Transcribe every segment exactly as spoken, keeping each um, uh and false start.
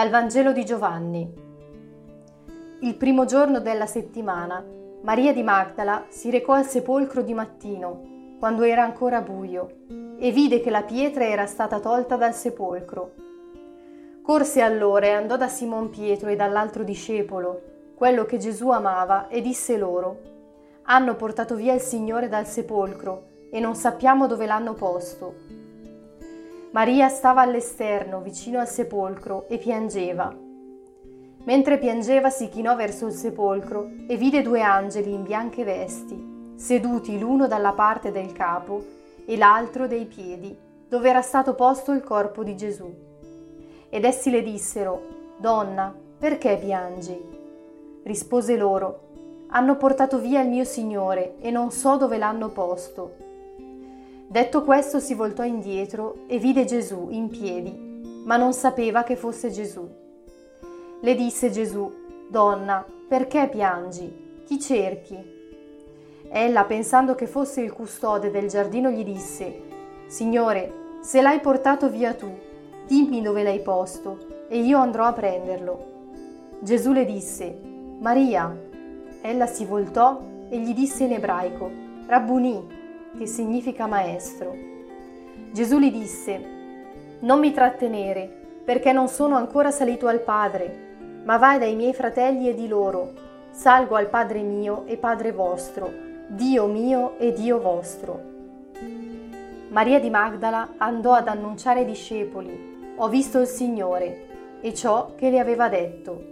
Dal Vangelo di Giovanni. Il primo giorno della settimana, Maria di Magdala si recò al sepolcro di mattino, quando era ancora buio, e vide che la pietra era stata tolta dal sepolcro. Corse allora e andò da Simon Pietro e dall'altro discepolo, quello che Gesù amava, e disse loro: «Hanno portato via il Signore dal sepolcro e non sappiamo dove l'hanno posto». Maria stava all'esterno, vicino al sepolcro, e piangeva. Mentre piangeva si chinò verso il sepolcro e vide due angeli in bianche vesti, seduti l'uno dalla parte del capo e l'altro dei piedi, dove era stato posto il corpo di Gesù. Ed essi le dissero: «Donna, perché piangi?» Rispose loro: «Hanno portato via il mio Signore e non so dove l'hanno posto». Detto questo si voltò indietro e vide Gesù in piedi, ma non sapeva che fosse Gesù. Le disse Gesù: «Donna, perché piangi? Chi cerchi?» Ella, pensando che fosse il custode del giardino, gli disse: «Signore, se l'hai portato via tu, dimmi dove l'hai posto e io andrò a prenderlo». Gesù le disse: «Maria». Ella si voltò e gli disse in ebraico: «Rabbunì», che significa maestro. Gesù gli disse: «Non mi trattenere, perché non sono ancora salito al Padre, ma vai dai miei fratelli e di loro: salgo al Padre mio e Padre vostro, Dio mio e Dio vostro». Maria di Magdala andò ad annunciare ai discepoli: «Ho visto il Signore», e ciò che le aveva detto.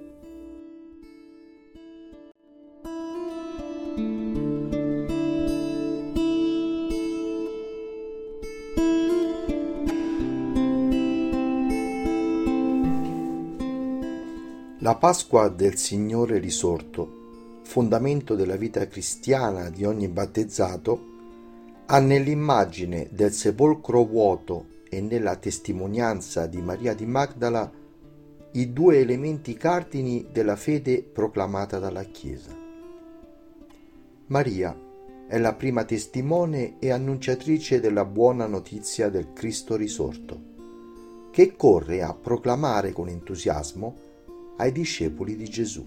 La Pasqua del Signore risorto, fondamento della vita cristiana di ogni battezzato, ha nell'immagine del sepolcro vuoto e nella testimonianza di Maria di Magdala i due elementi cardini della fede proclamata dalla Chiesa. Maria è la prima testimone e annunciatrice della buona notizia del Cristo risorto, che corre a proclamare con entusiasmo ai discepoli di Gesù.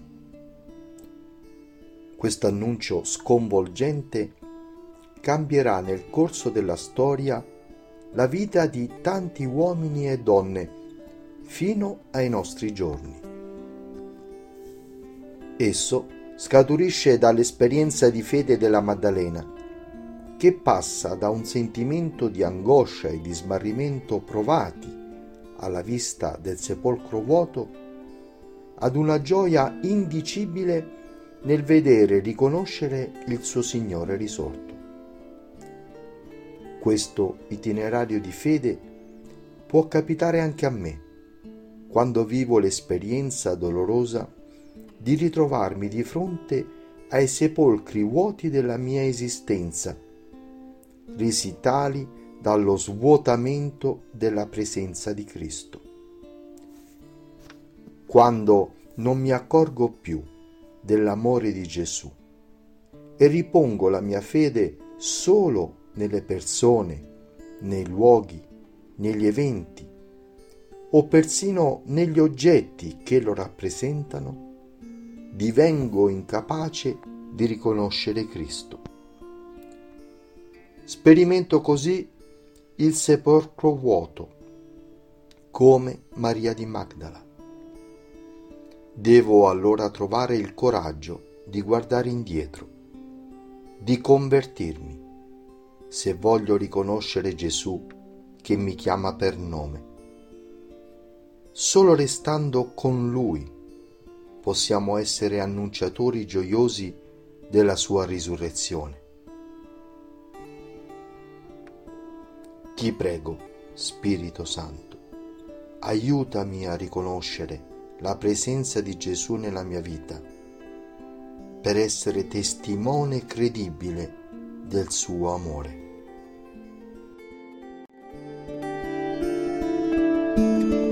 Questo annuncio sconvolgente cambierà nel corso della storia la vita di tanti uomini e donne fino ai nostri giorni. Esso scaturisce dall'esperienza di fede della Maddalena, che passa da un sentimento di angoscia e di smarrimento provati alla vista del sepolcro vuoto ad una gioia indicibile nel vedere e riconoscere il suo Signore risorto. Questo itinerario di fede può capitare anche a me, quando vivo l'esperienza dolorosa di ritrovarmi di fronte ai sepolcri vuoti della mia esistenza, resi tali dallo svuotamento della presenza di Cristo. Quando non mi accorgo più dell'amore di Gesù e ripongo la mia fede solo nelle persone, nei luoghi, negli eventi o persino negli oggetti che lo rappresentano, divengo incapace di riconoscere Cristo. Sperimento così il sepolcro vuoto, come Maria di Magdala. Devo allora trovare il coraggio di guardare indietro, di convertirmi, se voglio riconoscere Gesù che mi chiama per nome. Solo restando con Lui possiamo essere annunciatori gioiosi della sua risurrezione. Ti prego, Spirito Santo, aiutami a riconoscere la presenza di Gesù nella mia vita, per essere testimone credibile del suo amore.